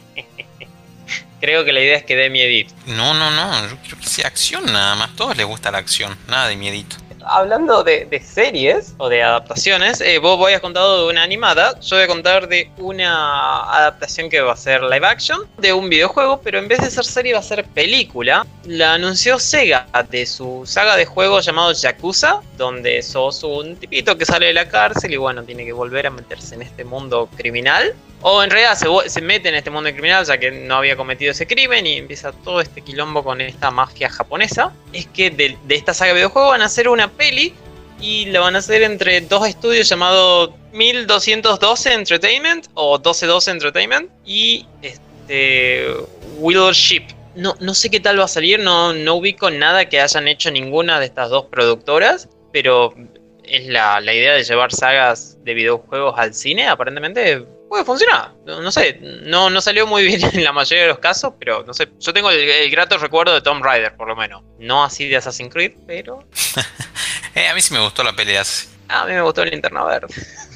Creo que la idea es que dé miedito. No, no, no, yo quiero que sea acción nada más. A todos les gusta la acción, nada de miedito. Hablando de, de series o de adaptaciones, eh, vos habías contado de una animada, yo voy a contar de una adaptación que va a ser live action de un videojuego, pero en vez de ser serie va a ser película. La anunció Sega de su saga de juegos llamado Yakuza, donde sos un tipito que sale de la cárcel y bueno, tiene que volver a meterse en este mundo criminal. O en realidad se, se mete en este mundo criminal ya que no había cometido ese crimen y empieza todo este quilombo con esta mafia japonesa. Es que de, de esta saga de videojuegos van a hacer una peli y la van a hacer entre dos estudios llamados mil doscientos doce Entertainment o doce doce Entertainment y este Willow Ship. No, no sé qué tal va a salir, no, no ubico nada que hayan hecho ninguna de estas dos productoras, pero es la, la idea de llevar sagas de videojuegos al cine, aparentemente puede funcionar. No, no sé, no, no salió muy bien en la mayoría de los casos, pero no sé, yo tengo el, el grato recuerdo de Tomb Raider, por lo menos. No así de Assassin's Creed, pero... eh, a mí sí me gustó la pelea. A mí me gustó el Linterna Verde.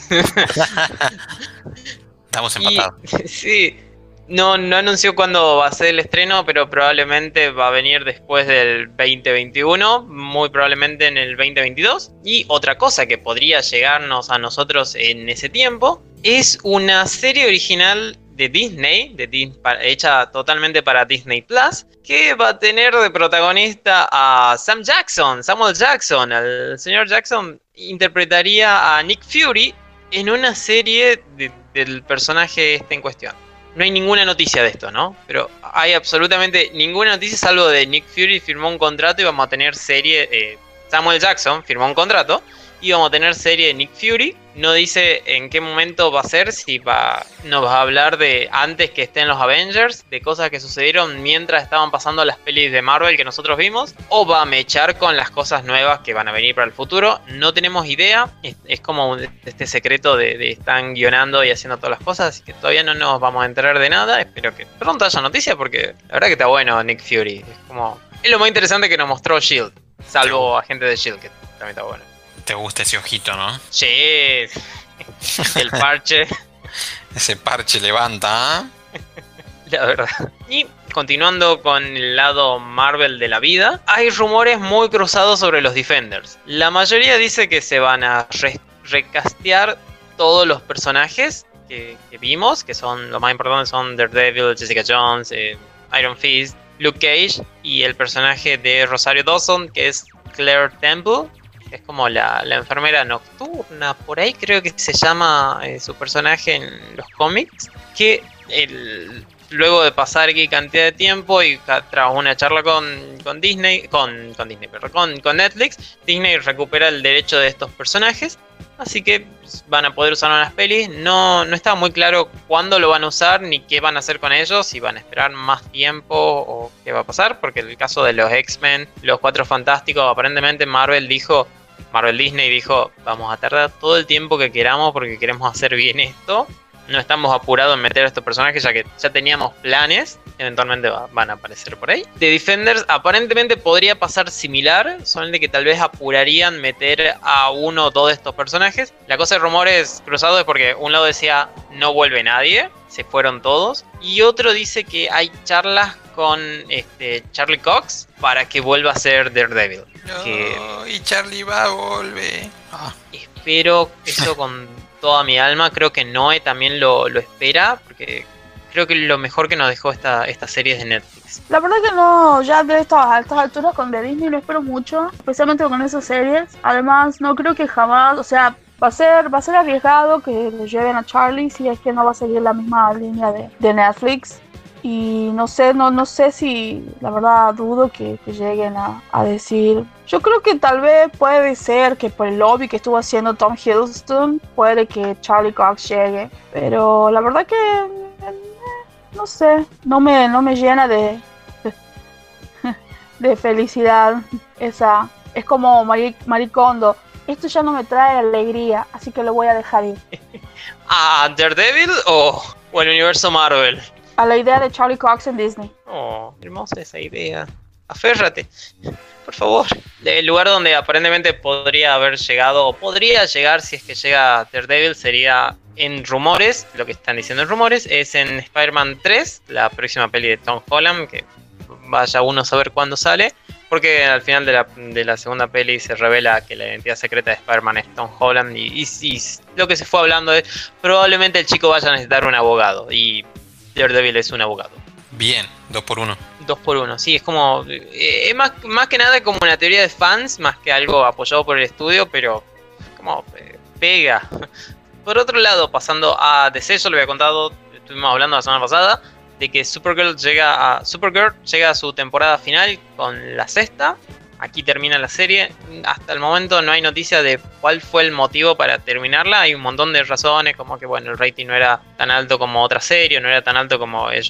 Estamos empatados. Y, sí, no, no anunció cuándo va a ser el estreno, pero probablemente va a venir después del veinte veintiuno, muy probablemente en el veinte veintidós. Y otra cosa que podría llegarnos a nosotros en ese tiempo es una serie original de Disney, de Disney hecha totalmente para Disney Plus, que va a tener de protagonista a Sam Jackson, Samuel Jackson. El señor Jackson interpretaría a Nick Fury en una serie de, del personaje este en cuestión. No hay ninguna noticia de esto, ¿no? Pero hay absolutamente ninguna noticia salvo de Nick Fury firmó un contrato y vamos a tener serie... Eh, Samuel Jackson firmó un contrato y vamos a tener serie de Nick Fury. No dice en qué momento va a ser, si va, nos va a hablar de antes que estén los Avengers, de cosas que sucedieron mientras estaban pasando las pelis de Marvel que nosotros vimos, o va a mechar con las cosas nuevas que van a venir para el futuro. No tenemos idea, es, es como un, este secreto de, de están guionando y haciendo todas las cosas, así que todavía no nos vamos a enterar de nada. Espero que pronto haya noticias porque la verdad que está bueno Nick Fury. Es como, es lo más interesante que nos mostró S H I E L D, salvo Agente de S H I E L D, que también está bueno. Te gusta ese ojito, ¿no? Sí, el parche. Ese parche levanta, ¿eh? La verdad. Y continuando con el lado Marvel de la vida, hay rumores muy cruzados sobre los Defenders. La mayoría dice que se van a re recastear todos los personajes que, que vimos, que son los más importantes son Daredevil, Jessica Jones, eh, Iron Fist, Luke Cage y el personaje de Rosario Dawson, que es Claire Temple. Es como la, la enfermera nocturna, por ahí creo que se llama eh, su personaje en los cómics, que el, luego de pasar aquí cantidad de tiempo y tras una charla con, con Disney, con, con Disney, perdón, con, con Netflix, Disney recupera el derecho de estos personajes, así que van a poder usarlo en las pelis. No, no está muy claro cuándo lo van a usar ni qué van a hacer con ellos, si van a esperar más tiempo o qué va a pasar, porque en el caso de los X-Men, los Cuatro Fantásticos, aparentemente Marvel dijo... Marvel Disney dijo, vamos a tardar todo el tiempo que queramos porque queremos hacer bien esto. No estamos apurados en meter a estos personajes ya que ya teníamos planes. Eventualmente va, van a aparecer por ahí. The Defenders aparentemente podría pasar similar, solamente que tal vez apurarían meter a uno o dos de estos personajes. La cosa de rumores cruzados es porque un lado decía no vuelve nadie, se fueron todos. Y otro dice que hay charlas con este Charlie Cox para que vuelva a ser Daredevil. No, que y Charlie va a volver. Ah. Espero eso con toda mi alma. Creo que Noé también lo, lo espera, porque creo que lo mejor que nos dejó esta, esta serie es de Netflix. La verdad que no, ya de estas altas alturas con The Disney no espero mucho, especialmente con esas series. Además, no creo que jamás, o sea, va a ser, va a ser arriesgado que lo lleven a Charlie si es que no va a seguir la misma línea de, de Netflix. Y no sé, no, no sé si, la verdad dudo que, que lleguen a, a decir. Yo creo que tal vez puede ser que por el lobby que estuvo haciendo Tom Hiddleston, puede que Charlie Cox llegue. Pero la verdad que, eh, no sé, no me, no me llena de, de felicidad. Esa, es como Marie, Marie Kondo, esto ya no me trae alegría, así que lo voy a dejar ir. ¿A Daredevil o, o el universo Marvel? A la idea de Charlie Cox en Disney. Oh, hermosa esa idea. Aférrate, por favor. El lugar donde aparentemente podría haber llegado, o podría llegar si es que llega Daredevil, sería en rumores, lo que están diciendo en rumores, es en Spider-Man tres, la próxima peli de Tom Holland, que vaya uno a saber cuándo sale, porque al final de la, de la segunda peli se revela que la identidad secreta de Spider-Man es Tom Holland, y, y, y lo que se fue hablando es, probablemente el chico vaya a necesitar un abogado, y Daredevil es un abogado. Bien, dos por uno. Dos por uno, sí, es como... Eh, es más, más que nada como una teoría de fans, más que algo apoyado por el estudio, pero como eh, pega. Por otro lado, pasando a D C, yo lo había contado, estuvimos hablando la semana pasada, de que Supergirl llega a, Supergirl llega a su temporada final con la sexta. Aquí termina la serie. Hasta el momento no hay noticia de cuál fue el motivo para terminarla. Hay un montón de razones, como que bueno, el rating no era tan alto como otra serie, no era tan alto como ellos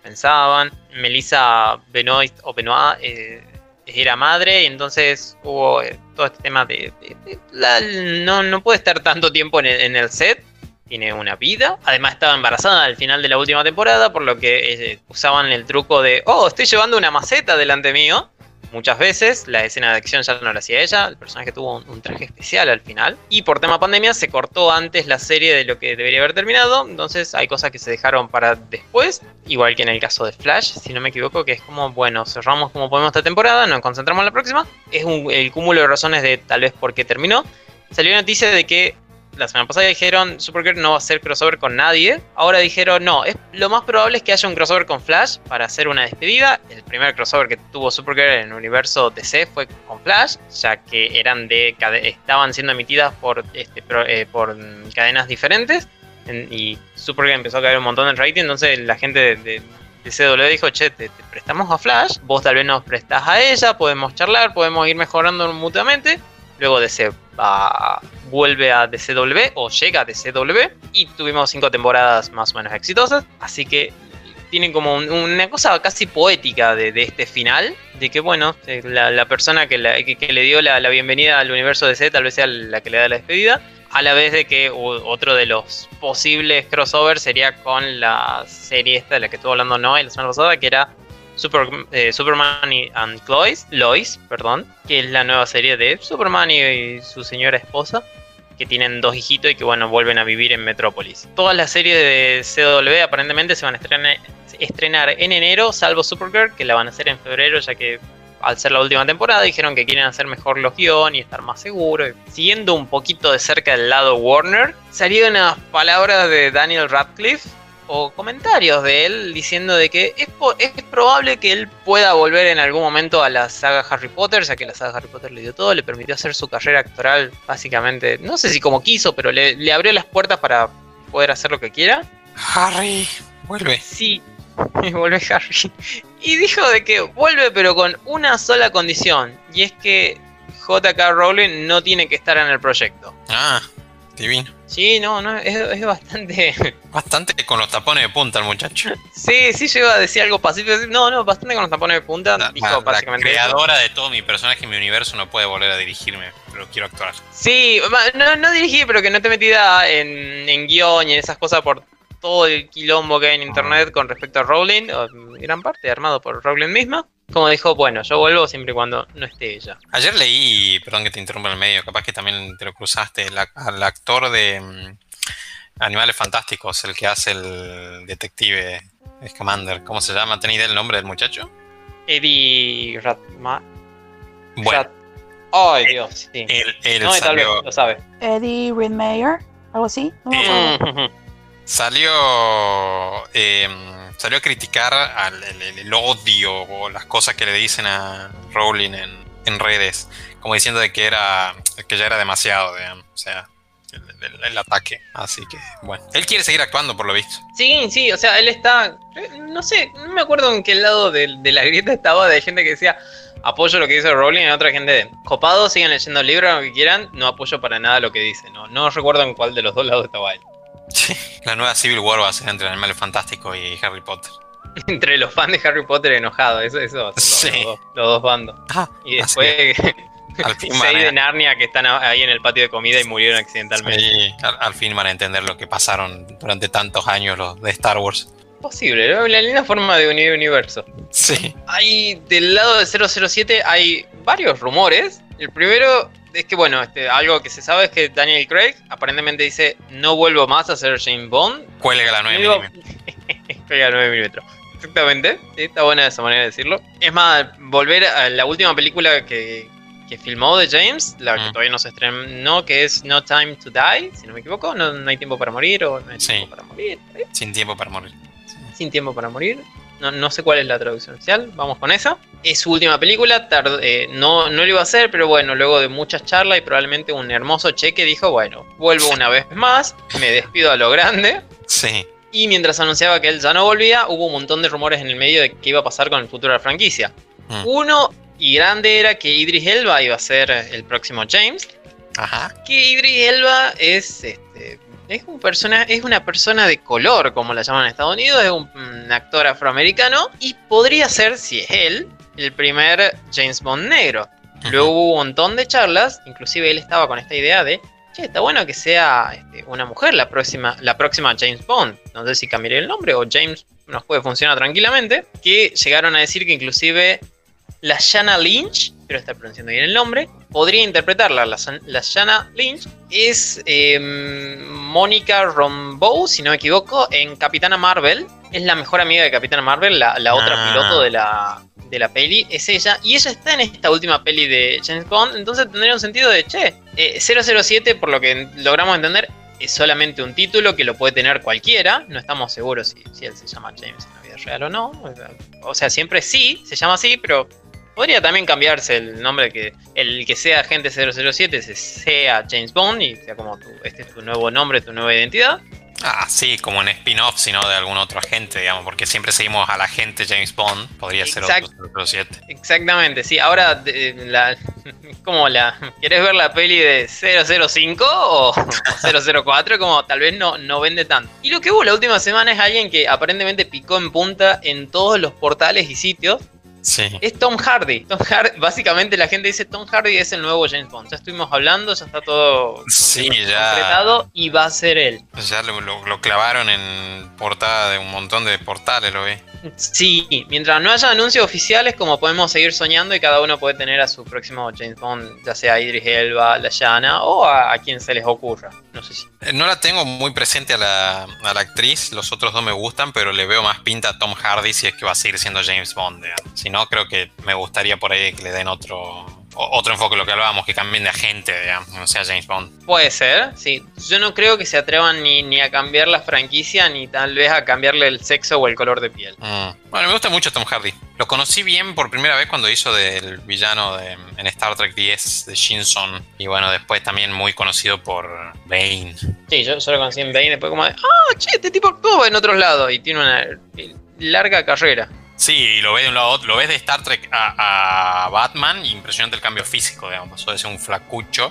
pensaban. Melissa Benoist o Benoit eh, era madre, y entonces hubo eh, todo este tema de... de, de la, no, no puede estar tanto tiempo en el, en el set, tiene una vida. Además estaba embarazada al final de la última temporada, por lo que eh, usaban el truco de, oh, estoy llevando una maceta delante mío. Muchas veces la escena de acción ya no la hacía ella, el personaje tuvo un, un traje especial al final. Y por tema pandemia se cortó antes la serie de lo que debería haber terminado, entonces hay cosas que se dejaron para después, igual que en el caso de Flash, si no me equivoco, que es como, bueno, cerramos como podemos esta temporada, nos concentramos en la próxima. Es un, el cúmulo de razones de tal vez por qué terminó. Salió la noticia de que la semana pasada dijeron Supergirl no va a hacer crossover con nadie. Ahora dijeron no, es, lo más probable es que haya un crossover con Flash para hacer una despedida. El primer crossover que tuvo Supergirl en el universo D C fue con Flash, ya que eran de estaban siendo emitidas por, este, pro, eh, por cadenas diferentes. En, y Supergirl empezó a caer un montón de rating. Entonces la gente de, de, de C W dijo, che, te, te prestamos a Flash, vos tal vez nos prestás a ella, podemos charlar, podemos ir mejorando mutuamente. Luego D C va, vuelve a D C W o llega a D C W y tuvimos cinco temporadas más o menos exitosas. Así que tienen como un, una cosa casi poética de, de este final. De que bueno, la, la persona que, la, que, que le dio la, la bienvenida al universo D C tal vez sea la que le da la despedida. A la vez de que otro de los posibles crossovers sería con la serie esta de la que estuvo hablando Noah la semana pasada, que era Super, eh, Superman y and Lois, Lois, perdón, que es la nueva serie de Superman y, y su señora esposa, que tienen dos hijitos y que bueno, vuelven a vivir en Metrópolis. Todas las series de C W aparentemente se van a estrenar, estrenar en enero, salvo Supergirl, que la van a hacer en febrero, ya que al ser la última temporada dijeron que quieren hacer mejor los guiones y estar más seguros. Siguiendo un poquito de cerca del lado Warner, salieron unas palabras de Daniel Radcliffe, o comentarios de él diciendo de que es, es probable que él pueda volver en algún momento a la saga Harry Potter, ya que la saga Harry Potter le dio todo, le permitió hacer su carrera actoral básicamente, no sé si como quiso, pero le, le abrió las puertas para poder hacer lo que quiera. Harry, vuelve. Sí, vuelve Harry. Y dijo de que vuelve pero con una sola condición, y es que J K Rowling no tiene que estar en el proyecto. Ah, divino. Sí, no, no, es, es bastante... Bastante con los tapones de punta el muchacho. Sí, sí llegó a decir algo pacífico. No, no, bastante con los tapones de punta. La, dijo la, básicamente la creadora eso. De todo mi personaje y mi universo no puede volver a dirigirme, pero quiero actuar. Sí, no, no dirigí, pero que no te metida en, en guión y en esas cosas por todo el quilombo que hay en internet con respecto a Rowling, gran parte armado por Rowling misma. Como dijo, bueno, yo vuelvo siempre y cuando no esté ella. Ayer leí, perdón que te interrumpa en el medio, capaz que también te lo cruzaste, el, al actor de um, Animales Fantásticos, el que hace el detective Scamander, ¿cómo se llama? ¿Tenés idea el nombre del muchacho? Eddie Ratma... Bueno. Rat... Ay, eh, Dios, sí. Él, él no, salió... tal vez lo sabe. Eddie Redmayne, algo así. No me acuerdo. Salió... Eh, Salió a criticar al, el, el odio o las cosas que le dicen a Rowling en, en redes, como diciendo de que era que ya era demasiado, digamos, o sea, el, el, el ataque. Así que, bueno, él quiere seguir actuando por lo visto. Sí, sí, o sea, él está, no sé, no me acuerdo en qué lado de, de la grieta estaba, de gente que decía apoyo lo que dice Rowling y otra gente de copado, siguen leyendo el libro, lo que quieran, no apoyo para nada lo que dice. No, no recuerdo en cuál de los dos lados estaba él. Sí, la nueva Civil War va a ser entre Animales Fantásticos y Harry Potter. Entre los fans de Harry Potter enojados, eso, eso sí. los, dos, los dos bandos. Ah, y después seis de Narnia que están ahí en el patio de comida y murieron accidentalmente. Sí, al, al fin van a entender lo que pasaron durante tantos años los de Star Wars. Posible, ¿no? La linda forma de unir universo. Sí. Hay, del lado de cero cero siete hay varios rumores. El primero es que, bueno, este, algo que se sabe es que Daniel Craig aparentemente dice no vuelvo más a ser James Bond. Cuelga la nueve milímetros. Cuelga la nueve milímetros. Exactamente, sí, está buena esa manera de decirlo. Es más, volver a la última película que, que filmó de James, la que mm. todavía no se estrenó, que es No Time to Die, si no me equivoco, no, no hay tiempo para morir o no hay sí. tiempo para morir. ¿eh? Sin tiempo para morir. Sí. Sin tiempo para morir. No, no sé cuál es la traducción oficial, vamos con esa. Es su última película, tard- eh, no, no lo iba a hacer, pero bueno, luego de muchas charlas y probablemente un hermoso cheque, dijo, bueno, vuelvo una vez más, me despido a lo grande. Sí. Y mientras anunciaba que él ya no volvía, hubo un montón de rumores en el medio de qué iba a pasar con el futuro de la franquicia. Mm. Uno y grande era que Idris Elba iba a ser el próximo James. Ajá. Que Idris Elba es, este, Es, un persona, es una persona de color, como la llaman en Estados Unidos, es un, un actor afroamericano y podría ser, si es él, el primer James Bond negro. Luego hubo un montón de charlas, inclusive él estaba con esta idea de, che, está bueno que sea este, una mujer la próxima, la próxima James Bond. No sé si cambiaría el nombre o James nos puede funcionar tranquilamente. Que llegaron a decir que inclusive la Shanna Lynch, espero estar pronunciando bien el nombre, podría interpretarla. La, la Shanna Lynch es eh, Mónica Rambeau, si no me equivoco, en Capitana Marvel. Es la mejor amiga de Capitana Marvel, la, la otra Ah. piloto de la, de la peli, es ella. Y ella está en esta última peli de James Bond, entonces tendría un sentido de, che, eh, cero cero siete, por lo que logramos entender, es solamente un título que lo puede tener cualquiera. No estamos seguros si, si él se llama James en la vida real o no. O sea, siempre sí, se llama así, pero podría también cambiarse el nombre, que el que sea Agente cero cero siete se sea James Bond y sea como tu, este es tu nuevo nombre, tu nueva identidad. Ah, sí, como un spin-off, sino de algún otro agente, digamos, porque siempre seguimos al agente James Bond, podría ser Exacto. otro cero cero siete. Exactamente, sí. Ahora, eh, la, como la, ¿querés ver la peli de cero cero cinco o cero cero cuatro? Como tal vez no, no vende tanto. Y lo que hubo la última semana es alguien que aparentemente picó en punta en todos los portales y sitios. Sí. Es Tom Hardy. Tom Hardy. Básicamente la gente dice Tom Hardy es el nuevo James Bond. Ya estuvimos hablando, ya está todo Sí, ya. concretado y va a ser él. Ya lo, lo- lo clavaron en portada de un montón de portales, lo vi. Sí, mientras no haya anuncios oficiales, como podemos seguir soñando y cada uno puede tener a su próximo James Bond, ya sea Idris Elba, la Shanna o a, a quien se les ocurra. No sé si. Eh, No la tengo muy presente a la, a la actriz, los otros dos me gustan, pero le veo más pinta a Tom Hardy si es que va a seguir siendo James Bond. digamos. Si no, creo que me gustaría por ahí que le den otro, o- otro enfoque, lo que hablábamos, que cambien de agente, digamos, no sea James Bond. Puede ser, sí. Yo no creo que se atrevan ni, ni a cambiar la franquicia, ni tal vez a cambiarle el sexo o el color de piel. Mm. Bueno, me gusta mucho Tom Hardy. Lo conocí bien por primera vez cuando hizo del villano de, en Star Trek diez de Shinson. Y bueno, después también muy conocido por Bane. Sí, yo, yo lo conocí en Bane, después como de, ah, che, este tipo actuó en otros lados y tiene una eh, larga carrera. Sí, y lo ves de un lado a otro. Lo ves de Star Trek a, a Batman y impresionante el cambio físico, digamos. Pasó de ser un flacucho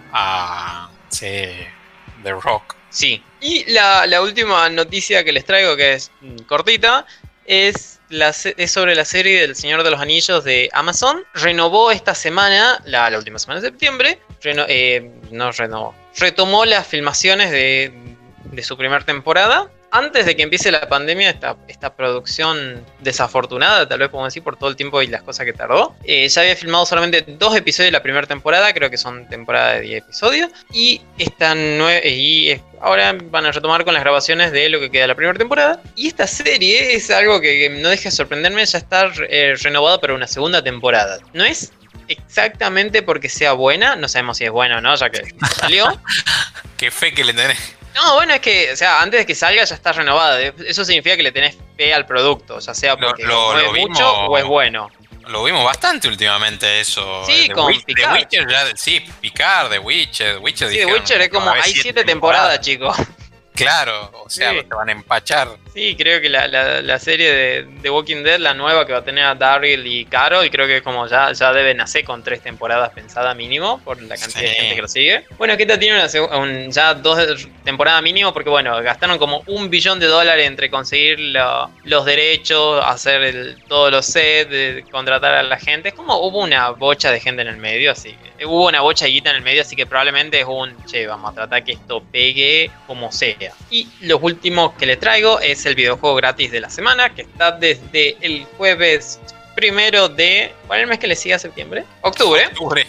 a ser The Rock. Sí. Y la, la última noticia que les traigo, que es mm, cortita, es, la, se- es sobre la serie del Señor de los Anillos de Amazon. Renovó esta semana, la, la última semana de septiembre, reno- eh, no renovó, retomó las filmaciones de, de su primera temporada. Antes de que empiece la pandemia, esta, esta producción desafortunada, tal vez podemos decir, por todo el tiempo y las cosas que tardó, eh, ya había filmado solamente dos episodios de la primera temporada, creo que son temporada de diez episodios, y, esta nue- y eh, ahora van a retomar con las grabaciones de lo que queda de la primera temporada. Y esta serie es algo que, que no deja de sorprenderme, ya está eh, renovada para una segunda temporada. No es exactamente porque sea buena, no sabemos si es buena o no, ya que salió. Qué fe que le tenés. No, bueno, es que, o sea, antes de que salga ya está renovada. Eso significa que le tenés fe al producto, ya sea Lo- porque lo- mueve lo vimos- mucho o es bueno. Lo vimos bastante últimamente eso. Sí, The con Witch- The Picard. Witcher ya, sí, Picard, The Witcher, The Witcher Sí, The dijeron, Witcher es como, va a haber hay siete temporadas, chicos. Claro, o sea, Sí. te van a empachar. Sí, creo que la, la, la serie de The Walking Dead, la nueva que va a tener a Daryl y Carol, creo que como ya, ya debe nacer con tres temporadas pensadas mínimo, por la cantidad de Sí. gente que lo sigue. Bueno, que esta tiene una, seg- un- ya dos temporadas mínimo, porque bueno, gastaron como un billón de dólares entre conseguir lo- los derechos, hacer el- todos los sets, de contratar a la gente. Es como hubo una bocha de gente en el medio, así que hubo una bocha de guita en el medio, así que probablemente es un, che, vamos a tratar que esto pegue como sea. Y los últimos que le traigo es el videojuego gratis de la semana, que está desde el jueves primero de... ¿Cuál es el mes que le sigue a septiembre? Octubre. Octubre.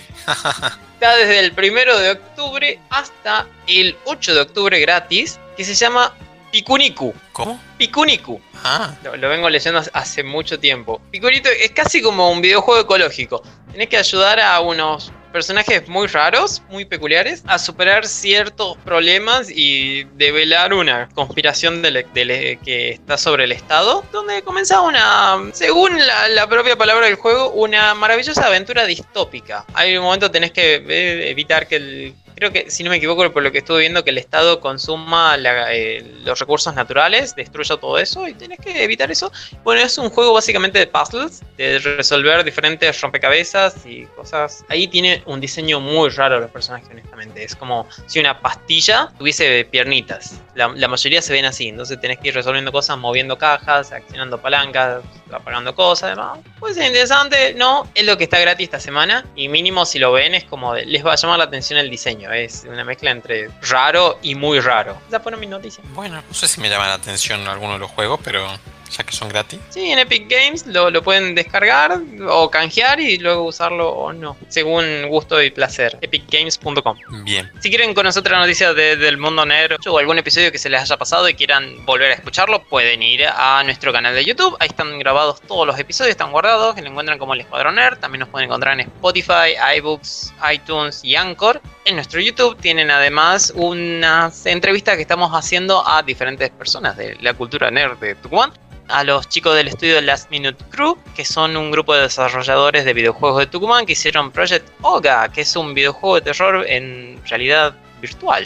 Está desde el primero de octubre hasta el ocho de octubre gratis, que se llama Pikuniku. ¿Cómo? Pikuniku. Ah, Lo, lo vengo leyendo hace- hace mucho tiempo. Picorito es casi como un videojuego ecológico. Tenés que ayudar a unos personajes muy raros, muy peculiares, a superar ciertos problemas y develar una conspiración del- del- que está sobre el Estado, donde comienza una, según la, la propia palabra del juego, una maravillosa aventura distópica. Hay un momento tenés que eh, evitar que el creo que, si no me equivoco, por lo que estuve viendo, que el Estado consuma la, eh, los recursos naturales, destruya todo eso y tenés que evitar eso. Bueno, es un juego básicamente de puzzles, de resolver diferentes rompecabezas y cosas. Ahí tiene un diseño muy raro los personajes, honestamente. Es como si una pastilla tuviese piernitas. La, la mayoría se ven así, entonces tenés que ir resolviendo cosas, moviendo cajas, accionando palancas, apagando cosas, además. Puede ser interesante, no, es lo que está gratis esta semana y mínimo si lo ven es como de, les va a llamar la atención el diseño, es una mezcla entre raro y muy raro. Esa fueron mis noticias. Bueno, no sé si me llama la atención alguno de los juegos, pero ya que son gratis. Sí, en Epic Games lo, lo pueden descargar o canjear y luego usarlo o no, según gusto y placer. epic games punto com. Bien. Si quieren conocer otra noticia de, del mundo nerd o algún episodio que se les haya pasado y quieran volver a escucharlo, pueden ir a nuestro canal de YouTube. Ahí están grabados todos los episodios, están guardados, que lo encuentran como El Escuadrón Nerd. También nos pueden encontrar en Spotify, iBooks, iTunes y Anchor. En nuestro YouTube tienen además unas entrevistas que estamos haciendo a diferentes personas de la cultura nerd de Tucumán. A los chicos del estudio Last Minute Crew, que son un grupo de desarrolladores de videojuegos de Tucumán que hicieron Project Oga, que es un videojuego de terror en realidad virtual.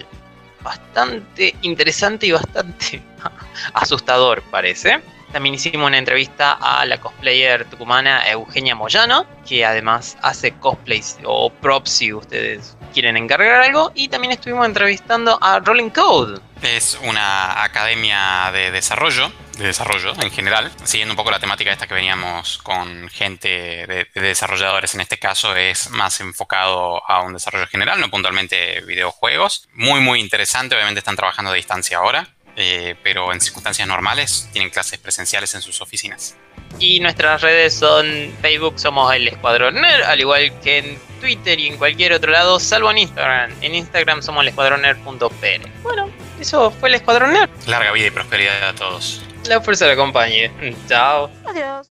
Bastante interesante y bastante asustador, parece. También hicimos una entrevista a la cosplayer tucumana Eugenia Moyano, que además hace cosplays o props si ustedes quieren encargar algo. Y también estuvimos entrevistando a Rolling Code. Es una academia de desarrollo, de desarrollo en general, siguiendo un poco la temática esta que veníamos con gente de, de desarrolladores. En este caso es más enfocado a un desarrollo general, no puntualmente videojuegos. Muy, muy interesante. Obviamente están trabajando a distancia ahora. Eh, pero en circunstancias normales tienen clases presenciales en sus oficinas. Y nuestras redes son Facebook, somos El Escuadrón Nerd, al igual que en Twitter y en cualquier otro lado, salvo en Instagram. En Instagram somos el escuadrón nerd punto p r. Bueno, eso fue El Escuadrón Nerd. Larga vida y prosperidad a todos. La fuerza le acompañe. Chao. Adiós.